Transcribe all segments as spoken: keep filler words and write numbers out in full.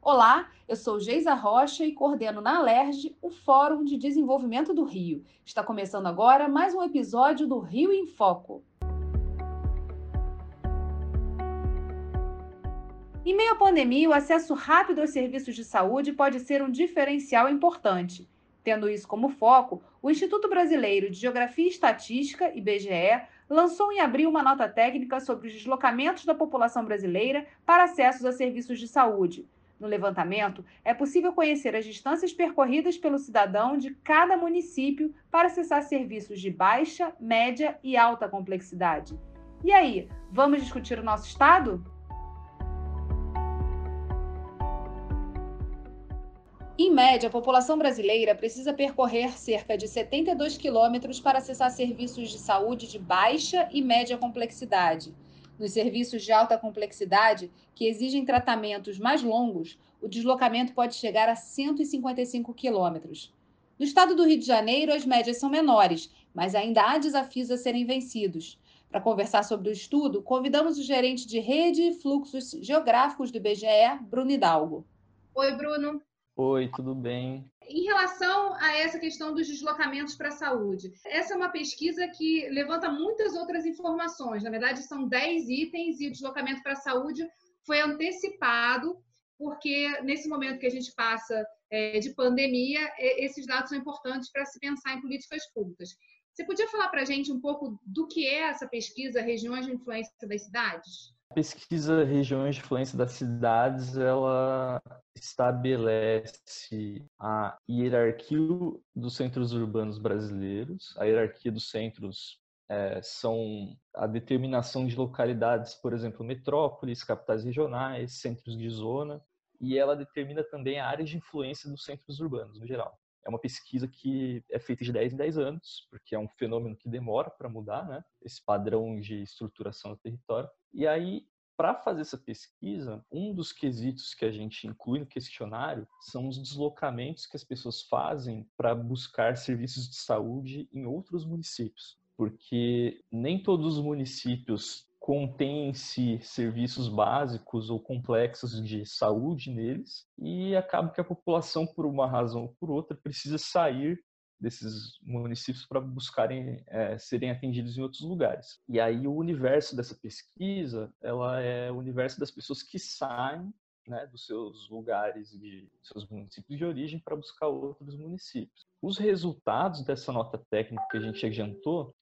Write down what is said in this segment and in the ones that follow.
Olá, eu sou Geisa Rocha e coordeno na Alerj o Fórum de Desenvolvimento do Rio. Está começando agora mais um episódio do Rio em Foco. Em meio à pandemia, o acesso rápido aos serviços de saúde pode ser um diferencial importante. Tendo isso como foco, o Instituto Brasileiro de Geografia e Estatística, I B G E, lançou em abril uma nota técnica sobre os deslocamentos da população brasileira para acessos a serviços de saúde. No levantamento, é possível conhecer as distâncias percorridas pelo cidadão de cada município para acessar serviços de baixa, média e alta complexidade. E aí, vamos discutir o nosso estado? Em média, a população brasileira precisa percorrer cerca de setenta e dois quilômetros para acessar serviços de saúde de baixa e média complexidade. Nos serviços de alta complexidade, que exigem tratamentos mais longos, o deslocamento pode chegar a cento e cinquenta e cinco quilômetros. No estado do Rio de Janeiro, as médias são menores, mas ainda há desafios a serem vencidos. Para conversar sobre o estudo, convidamos o gerente de rede e fluxos geográficos do I B G E, Bruno Hidalgo. Oi, Bruno. Oi, tudo bem? Em relação a essa questão dos deslocamentos para a saúde, essa é uma pesquisa que levanta muitas outras informações. Na verdade, são dez itens e o deslocamento para a saúde foi antecipado, porque nesse momento que a gente passa é, de pandemia, é, esses dados são importantes para se pensar em políticas públicas. Você podia falar para a gente um pouco do que é essa pesquisa Regiões de Influência das Cidades? A pesquisa Regiões de Influência das Cidades, ela estabelece a hierarquia dos centros urbanos brasileiros. A hierarquia dos centros é, são a determinação de localidades, por exemplo, metrópoles, capitais regionais, centros de zona, e ela determina também a área de influência dos centros urbanos, no geral. É uma pesquisa que é feita de dez em dez anos, porque é um fenômeno que demora para mudar, né? Esse padrão de estruturação do território. E aí, para fazer essa pesquisa, um dos quesitos que a gente inclui no questionário são os deslocamentos que as pessoas fazem para buscar serviços de saúde em outros municípios, porque nem todos os municípios contêm em si serviços básicos ou complexos de saúde neles, e acaba que a população, por uma razão ou por outra, precisa sair desses municípios para buscarem é, serem atendidos em outros lugares. E aí o universo dessa pesquisa, ela é o universo das pessoas que saem, né, dos seus lugares, de seus municípios de origem, para buscar outros municípios. Os resultados dessa nota técnica que a gente adiantou,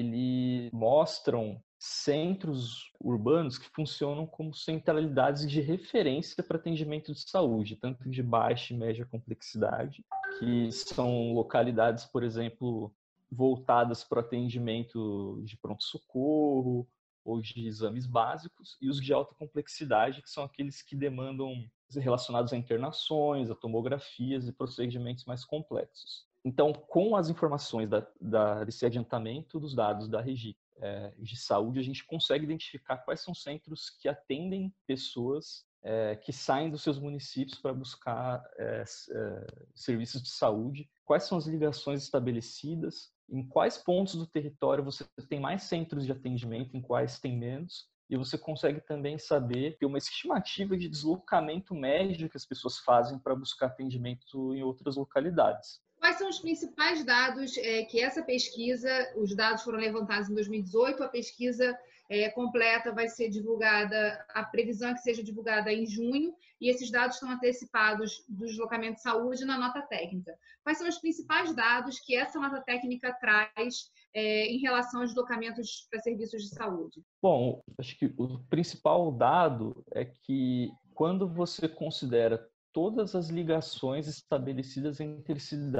ele mostram centros urbanos que funcionam como centralidades de referência para atendimento de saúde, tanto de baixa e média complexidade, que são localidades, por exemplo, voltadas para o atendimento de pronto-socorro ou de exames básicos, e os de alta complexidade, que são aqueles que demandam relacionados a internações, a tomografias e procedimentos mais complexos. Então, com as informações da, da, desse adiantamento dos dados da Regi é, de saúde, a gente consegue identificar quais são os centros que atendem pessoas é, que saem dos seus municípios para buscar é, é, serviços de saúde, quais são as ligações estabelecidas, em quais pontos do território você tem mais centros de atendimento, em quais tem menos, e você consegue também saber, ter uma estimativa de deslocamento médio que as pessoas fazem para buscar atendimento em outras localidades. Quais são os principais dados é, que essa pesquisa, os dados foram levantados em dois mil e dezoito, a pesquisa é, completa vai ser divulgada, a previsão é que seja divulgada em junho, e esses dados estão antecipados do deslocamento de saúde na nota técnica. Quais são os principais dados que essa nota técnica traz é, em relação aos deslocamentos para serviços de saúde? Bom, acho que o principal dado é que quando você considera todas as ligações estabelecidas entre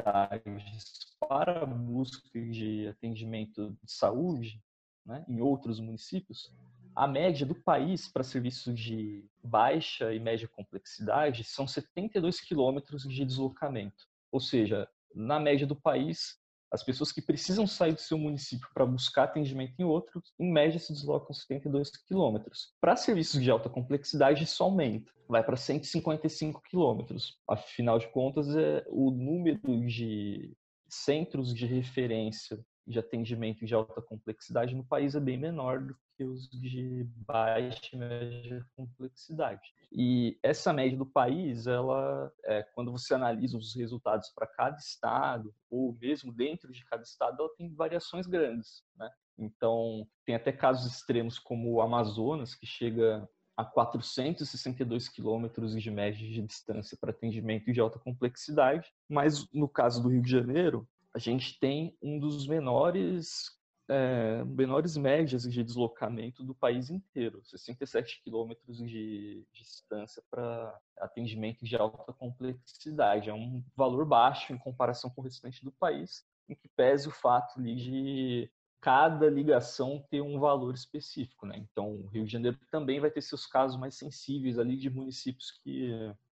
cidades para a busca de atendimento de saúde, né, em outros municípios, a média do país para serviços de baixa e média complexidade são setenta e dois quilômetros de deslocamento. Ou seja, na média do país, as pessoas que precisam sair do seu município para buscar atendimento em outro, em média, se deslocam setenta e dois quilômetros. Para serviços de alta complexidade, isso aumenta, vai para cento e cinquenta e cinco quilômetros. Afinal de contas, é o número de centros de referência de atendimento de alta complexidade no país é bem menor do que os de baixa e média complexidade. E essa média do país, ela, é, quando você analisa os resultados para cada estado, ou mesmo dentro de cada estado, ela tem variações grandes, né? Então, tem até casos extremos como o Amazonas, que chega a quatrocentos e sessenta e dois quilômetros de média de distância para atendimento de alta complexidade, mas no caso do Rio de Janeiro, a gente tem um dos menores, é, menores médias de deslocamento do país inteiro, sessenta e sete quilômetros de distância para atendimento de alta complexidade. É um valor baixo em comparação com o restante do país, em que pese o fato ali de cada ligação ter um valor específico, né? Então, o Rio de Janeiro também vai ter seus casos mais sensíveis ali de municípios que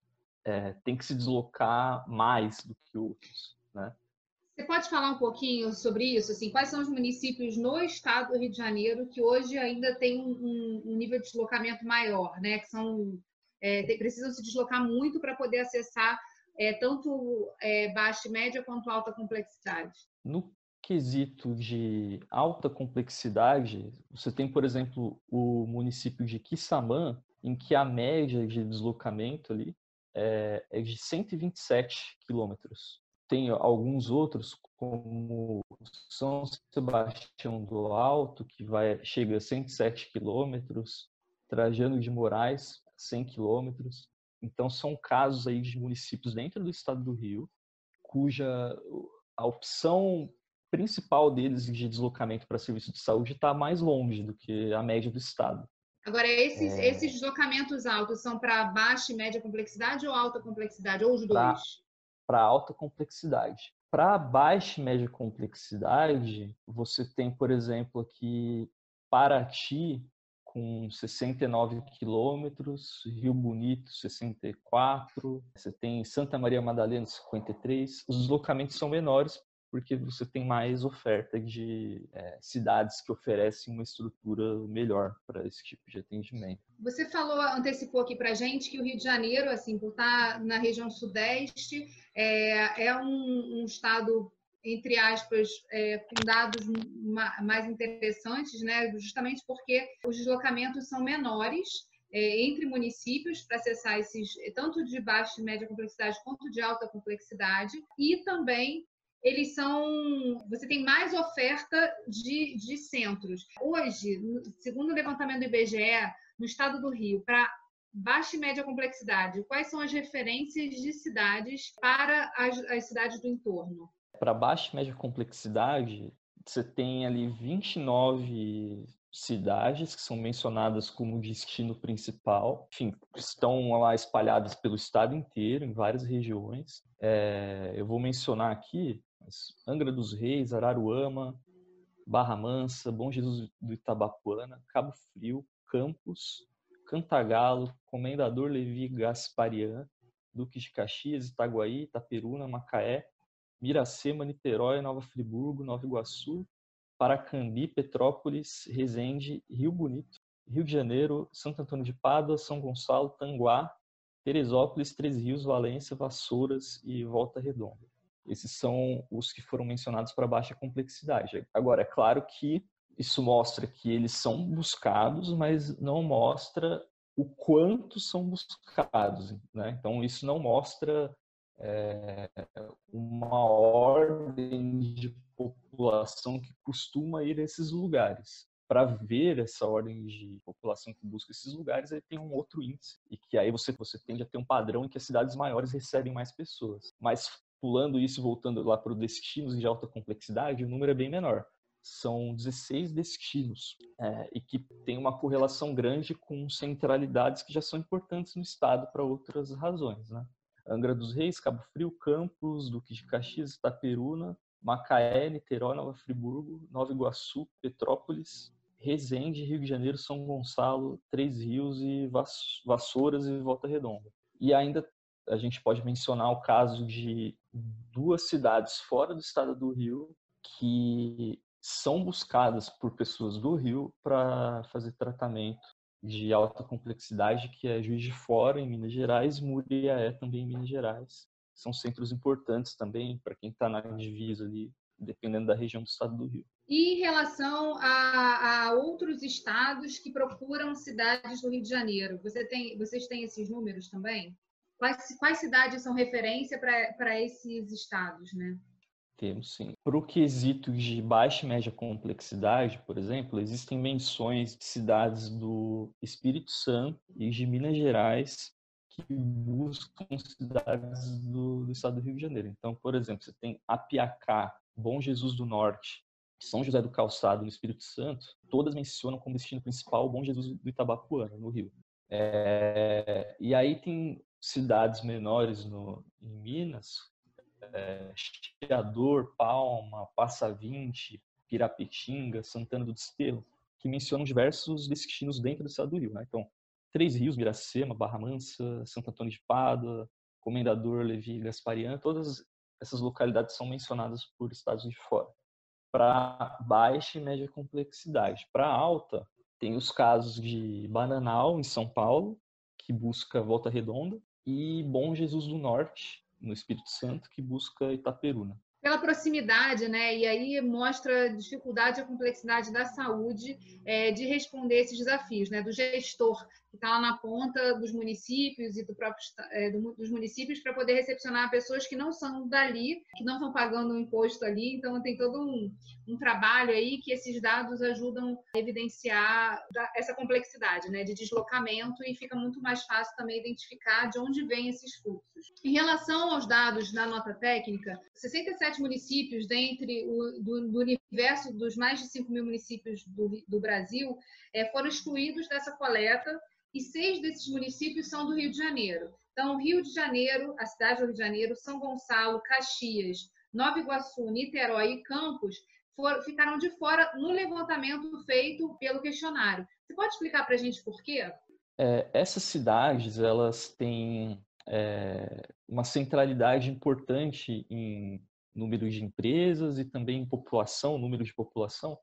é, tem que se deslocar mais do que outros, né? Você pode falar um pouquinho sobre isso? Assim, quais são os municípios no estado do Rio de Janeiro que hoje ainda têm um, um nível de deslocamento maior, né? Que são, é, precisam se deslocar muito para poder acessar é, tanto é, baixa e média quanto alta complexidade? No quesito de alta complexidade, você tem, por exemplo, o município de Quissamã, em que a média de deslocamento ali é, é de cento e vinte e sete quilômetros. Tem alguns outros, como São Sebastião do Alto, que vai, chega a cento e sete quilômetros, Trajano de Moraes, cem quilômetros. Então, são casos aí de municípios dentro do estado do Rio, cuja a opção principal deles de deslocamento para serviço de saúde está mais longe do que a média do estado. Agora, esses, é... esses deslocamentos altos são para baixa e média complexidade ou alta complexidade, ou os dois? Para alta complexidade. Para baixa e média complexidade, você tem, por exemplo, aqui Paraty, com sessenta e nove quilômetros, Rio Bonito, sessenta e quatro, você tem Santa Maria Madalena, cinquenta e três. Os deslocamentos são menores porque você tem mais oferta de é, cidades que oferecem uma estrutura melhor para esse tipo de atendimento. Você falou, antecipou aqui para a gente que o Rio de Janeiro, assim, por estar na região sudeste, é, é um, um estado, entre aspas, é, com dados mais interessantes, né? Justamente porque os deslocamentos são menores é, entre municípios para acessar esses, tanto de baixa e média complexidade quanto de alta complexidade, e também eles são, você tem mais oferta de, de centros. Hoje, segundo o levantamento do I B G E, no estado do Rio, para baixa e média complexidade, quais são as referências de cidades para as, as cidades do entorno? Para baixa e média complexidade, você tem ali vinte e nove cidades que são mencionadas como destino principal. Enfim, estão lá espalhadas pelo estado inteiro, em várias regiões. É, eu vou mencionar aqui Angra dos Reis, Araruama, Barra Mansa, Bom Jesus do Itabapuana, Cabo Frio, Campos, Cantagalo, Comendador Levi Gasparian, Duque de Caxias, Itaguaí, Itaperuna, Macaé, Miracema, Niterói, Nova Friburgo, Nova Iguaçu, Paracambi, Petrópolis, Resende, Rio Bonito, Rio de Janeiro, Santo Antônio de Pádua, São Gonçalo, Tanguá, Teresópolis, Três Rios, Valência, Vassouras e Volta Redonda. Esses são os que foram mencionados para baixa complexidade. Agora, é claro que isso mostra que eles são buscados, mas não mostra o quanto são buscados, né? Então, isso não mostra é, uma ordem de população que costuma ir a esses lugares. Para ver essa ordem de população que busca esses lugares, aí tem um outro índice, e que aí você, você tende a ter um padrão em que as cidades maiores recebem mais pessoas. Mas pulando isso e voltando lá para os destinos de alta complexidade, o número é bem menor. São dezesseis destinos, é, e que tem uma correlação grande com centralidades que já são importantes no estado para outras razões, né? Angra dos Reis, Cabo Frio, Campos, Duque de Caxias, Itaperuna, Macaé, Niterói, Nova Friburgo, Nova Iguaçu, Petrópolis, Resende, Rio de Janeiro, São Gonçalo, Três Rios e Vassouras e Volta Redonda. E ainda a gente pode mencionar o caso de duas cidades fora do estado do Rio que são buscadas por pessoas do Rio para fazer tratamento de alta complexidade, que é Juiz de Fora, em Minas Gerais, e Muriaé, também em Minas Gerais. São centros importantes também para quem está na divisa ali dependendo da região do estado do Rio. E em relação a, a outros estados que procuram cidades do Rio de Janeiro, você tem, vocês têm esses números também? Quais, quais cidades são referência para esses estados, né? Temos sim. Para o quesito de baixa e média complexidade, por exemplo, existem menções de cidades do Espírito Santo e de Minas Gerais que buscam cidades do, do estado do Rio de Janeiro. Então, por exemplo, você tem Apiacá, Bom Jesus do Norte, São José do Calçado, no Espírito Santo, todas mencionam como destino principal o Bom Jesus do Itabapoana, no Rio. É, e aí tem cidades menores no, em Minas, é, Chiador, Palma, Passa Vinte, Pirapetinga, Santana do Desterro, que mencionam diversos destinos dentro do estado do Rio, né? Então, Três Rios, Miracema, Barra Mansa, Santo Antônio de Pádua, Comendador, Levi, Gasparian, todas essas localidades são mencionadas por estados de fora. Para baixa e média complexidade. Para alta, tem os casos de Bananal, em São Paulo, que busca Volta Redonda, e Bom Jesus do Norte, no Espírito Santo, que busca Itaperuna. Pela proximidade, né? E aí mostra a dificuldade e a complexidade da saúde é, de responder esses desafios, né? Do gestor que está lá na ponta dos municípios e do próprio, é, do, dos municípios para poder recepcionar pessoas que não são dali, que não estão pagando o imposto ali. Então tem todo um, um trabalho aí que esses dados ajudam a evidenciar essa complexidade, né? De deslocamento, e fica muito mais fácil também identificar de onde vêm esses fluxos. Em relação aos dados da nota técnica, sessenta e sete municípios dentre o do, do universo dos mais de cinco mil municípios do, do Brasil é, foram excluídos dessa coleta, e seis desses municípios são do Rio de Janeiro. Então, Rio de Janeiro, a cidade do Rio de Janeiro, São Gonçalo, Caxias, Nova Iguaçu, Niterói e Campos foram, ficaram de fora no levantamento feito pelo questionário. Você pode explicar para a gente por quê? É, essas cidades, elas têm é, uma centralidade importante em número de empresas e também em população, número de população,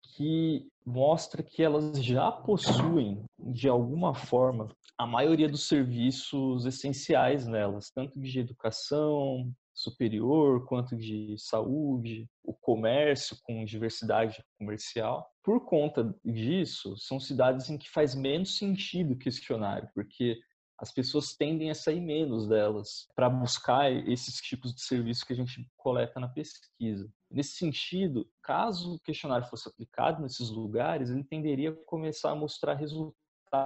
que mostra que elas já possuem, de alguma forma, a maioria dos serviços essenciais nelas, tanto de educação superior, quanto de saúde, o comércio com diversidade comercial. Por conta disso, são cidades em que faz menos sentido o questionário, porque as pessoas tendem a sair menos delas para buscar esses tipos de serviços que a gente coleta na pesquisa. Nesse sentido, caso o questionário fosse aplicado nesses lugares, ele tenderia a começar a mostrar resultados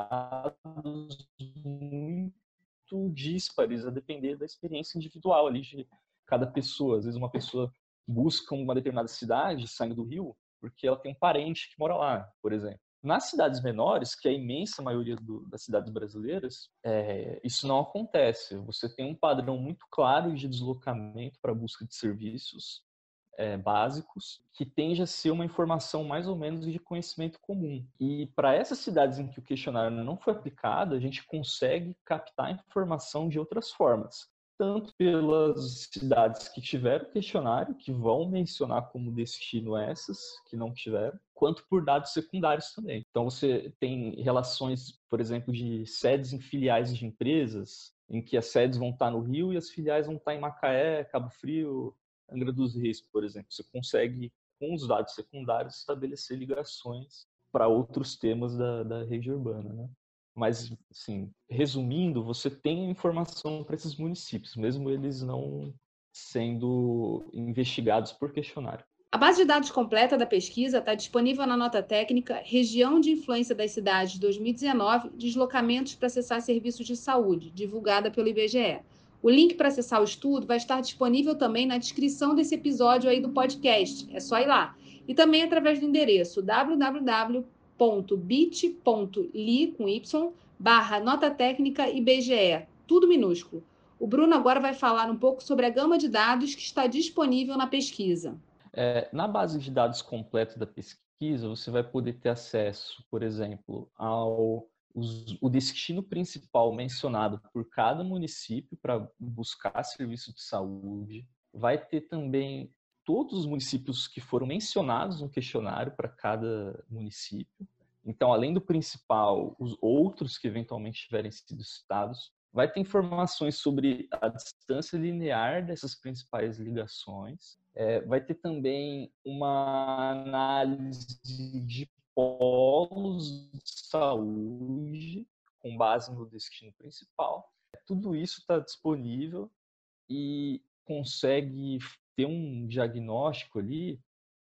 muito díspares, a depender da experiência individual ali de cada pessoa. Às vezes uma pessoa busca uma determinada cidade, saindo do Rio, porque ela tem um parente que mora lá, por exemplo. Nas cidades menores, que é a imensa maioria do, das cidades brasileiras, é, isso não acontece. Você tem um padrão muito claro de deslocamento para a busca de serviços é, básicos, que tende a ser uma informação mais ou menos de conhecimento comum. E para essas cidades em que o questionário não foi aplicado, a gente consegue captar informação de outras formas. Tanto pelas cidades que tiveram questionário, que vão mencionar como destino essas que não tiveram, quanto por dados secundários também. Então você tem relações, por exemplo, de sedes em filiais de empresas, em que as sedes vão estar no Rio e as filiais vão estar em Macaé, Cabo Frio, Angra dos Reis, por exemplo. Você consegue, com os dados secundários, estabelecer ligações para outros temas da, da rede urbana, né? Mas, assim, resumindo, você tem informação para esses municípios, mesmo eles não sendo investigados por questionário. A base de dados completa da pesquisa está disponível na nota técnica Região de Influência das Cidades dois mil e dezenove, Deslocamentos para acessar serviços de saúde, divulgada pelo I B G E. O link para acessar o estudo vai estar disponível também na descrição desse episódio aí do podcast, é só ir lá. E também através do endereço w w w ponto bit ponto l y com y barra nota técnica I B G E, tudo minúsculo. O Bruno agora vai falar um pouco sobre a gama de dados que está disponível na pesquisa. É, na base de dados completa da pesquisa, você vai poder ter acesso, por exemplo, ao os, o destino principal mencionado por cada município para buscar serviço de saúde. Vai ter também todos os municípios que foram mencionados no questionário para cada município. Então, além do principal, os outros que eventualmente tiverem sido citados. Vai ter informações sobre a distância linear dessas principais ligações. É, vai ter também uma análise de polos de saúde com base no destino principal. Tudo isso está disponível e consegue ter um diagnóstico ali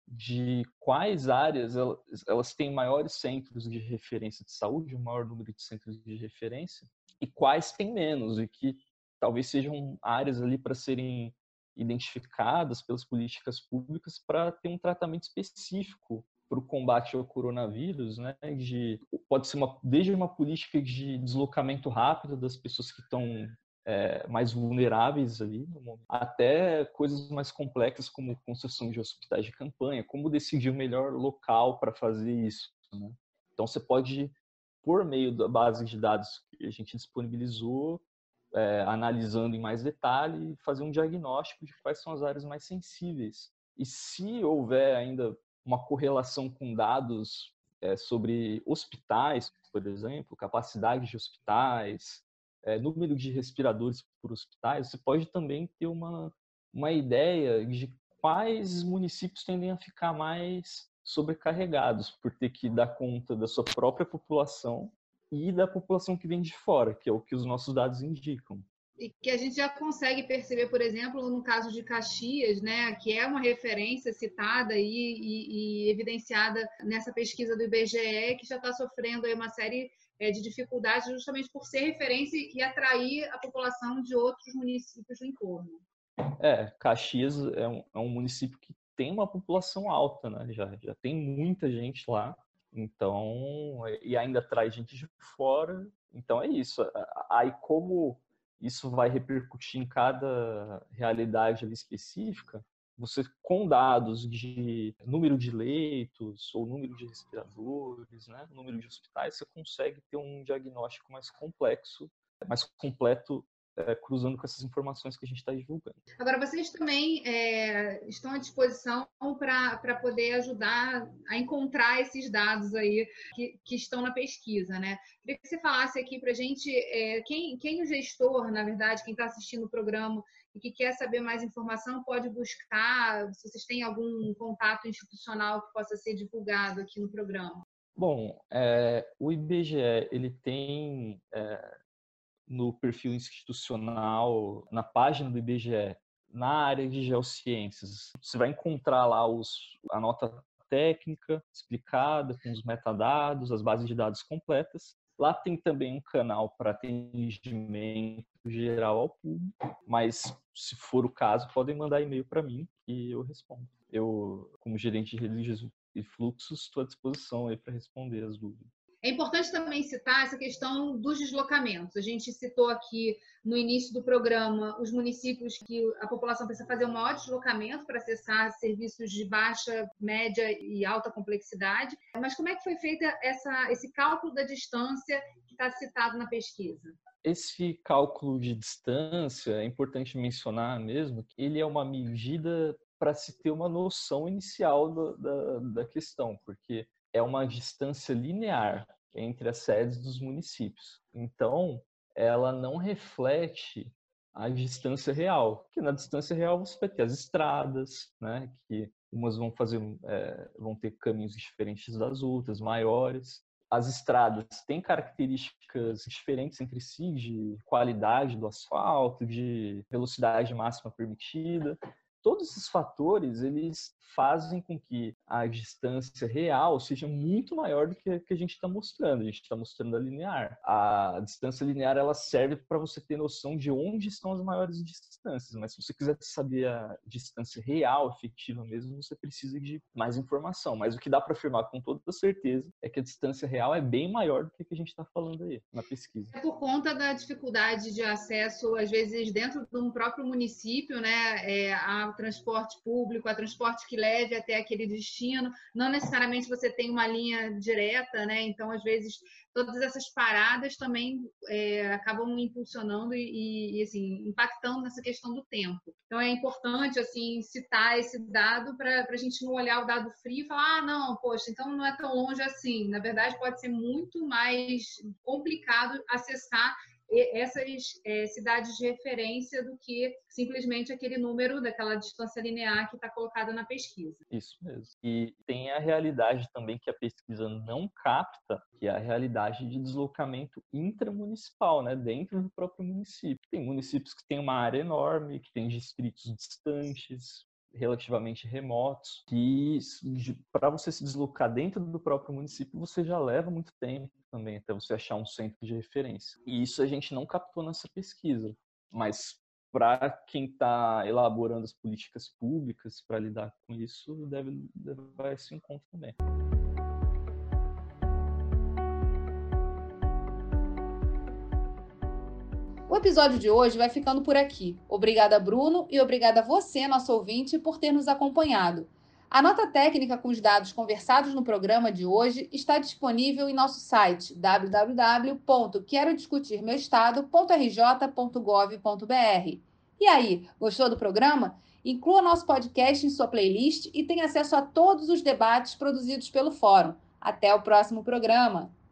de quais áreas elas, elas têm maiores centros de referência de saúde, um maior número de centros de referência, e quais têm menos, e que talvez sejam áreas ali para serem identificadas pelas políticas públicas para ter um tratamento específico para o combate ao coronavírus, né? De, pode ser uma, desde uma política de deslocamento rápido das pessoas que estão é, mais vulneráveis ali, até coisas mais complexas como construção de hospitais de campanha, como decidir o melhor local para fazer isso, né? Então você pode, por meio da base de dados que a gente disponibilizou, é, analisando em mais detalhe, fazer um diagnóstico de quais são as áreas mais sensíveis. E se houver ainda uma correlação com dados é, sobre hospitais, por exemplo, capacidade de hospitais, é, número de respiradores por hospitais, você pode também ter uma, uma ideia de quais municípios tendem a ficar mais sobrecarregados por ter que dar conta da sua própria população e da população que vem de fora, que é o que os nossos dados indicam. E que a gente já consegue perceber, por exemplo, no caso de Caxias, né, que é uma referência citada e, e, e evidenciada nessa pesquisa do I B G E, que já está sofrendo aí uma série é, de dificuldades justamente por ser referência e atrair a população de outros municípios do entorno. É, Caxias é um, é um município que tem uma população alta, né? Já, já tem muita gente lá, então, e ainda traz gente de fora, então é isso. Aí como isso vai repercutir em cada realidade ali específica, você com dados de número de leitos ou número de respiradores, né, número de hospitais, você consegue ter um diagnóstico mais complexo, mais completo, é, cruzando com essas informações que a gente está divulgando. Agora, vocês também é, estão à disposição para poder ajudar a encontrar esses dados aí que, que estão na pesquisa, né? Queria que você falasse aqui para a gente é, quem, quem o gestor, na verdade, quem está assistindo o programa e que quer saber mais informação, pode buscar, se vocês têm algum contato institucional que possa ser divulgado aqui no programa. Bom, é, o I B G E, ele tem... É, no perfil institucional, na página do I B G E, na área de geociências, você vai encontrar lá os, a nota técnica explicada, com os metadados, as bases de dados completas. Lá tem também um canal para atendimento geral ao público, mas se for o caso, podem mandar e-mail para mim e eu respondo. Eu, como gerente de rede e fluxos, estou à disposição aí para responder as dúvidas. É importante também citar essa questão dos deslocamentos. A gente citou aqui no início do programa os municípios que a população precisa fazer um maior deslocamento para acessar serviços de baixa, média e alta complexidade. Mas como é que foi feita essa, esse cálculo da distância que está citado na pesquisa? Esse cálculo de distância, é importante mencionar mesmo, que ele é uma medida para se ter uma noção inicial do, da, da questão, porque é uma distância linear entre as sedes dos municípios. Então, ela não reflete a distância real, porque na distância real você vai ter as estradas, né, que umas vão fazer, é, vão ter caminhos diferentes das outras, maiores. As estradas têm características diferentes entre si, de qualidade do asfalto, de velocidade máxima permitida. Todos esses fatores, eles fazem com que a distância real seja muito maior do que a que a gente está mostrando. A gente está mostrando a linear. A distância linear, ela serve para você ter noção de onde estão as maiores distâncias, mas se você quiser saber a distância real, efetiva mesmo, você precisa de mais informação. Mas o que dá para afirmar com toda certeza é que a distância real é bem maior do que a que a gente está falando aí na pesquisa. É por conta da dificuldade de acesso, às vezes, dentro de um próprio município, né, é, a transporte público, a transporte que leve até aquele destino. Não necessariamente você tem uma linha direta, né? Então, às vezes, todas essas paradas também é, acabam impulsionando e, e assim, impactando nessa questão do tempo. Então, é importante assim, citar esse dado para a gente não olhar o dado frio e falar, ah, não, poxa, então não é tão longe assim. Na verdade, pode ser muito mais complicado acessar essas é, cidades de referência do que simplesmente aquele número daquela distância linear que está colocada na pesquisa. Isso mesmo. E tem a realidade também que a pesquisa não capta, que é a realidade de deslocamento intramunicipal, né, dentro do próprio município. Tem municípios que têm uma área enorme, que têm distritos distantes, relativamente remotos, que para você se deslocar dentro do próprio município, você já leva muito tempo também, até você achar um centro de referência. E isso a gente não captou nessa pesquisa, mas para quem está elaborando as políticas públicas para lidar com isso, deve levar isso em conta também. O episódio de hoje vai ficando por aqui. Obrigada, Bruno, e obrigada a você, nosso ouvinte, por ter nos acompanhado. A nota técnica com os dados conversados no programa de hoje está disponível em nosso site w w w ponto quero discutir meu estado ponto r j ponto gov ponto b r. E aí, gostou do programa? Inclua nosso podcast em sua playlist e tenha acesso a todos os debates produzidos pelo Fórum. Até o próximo programa!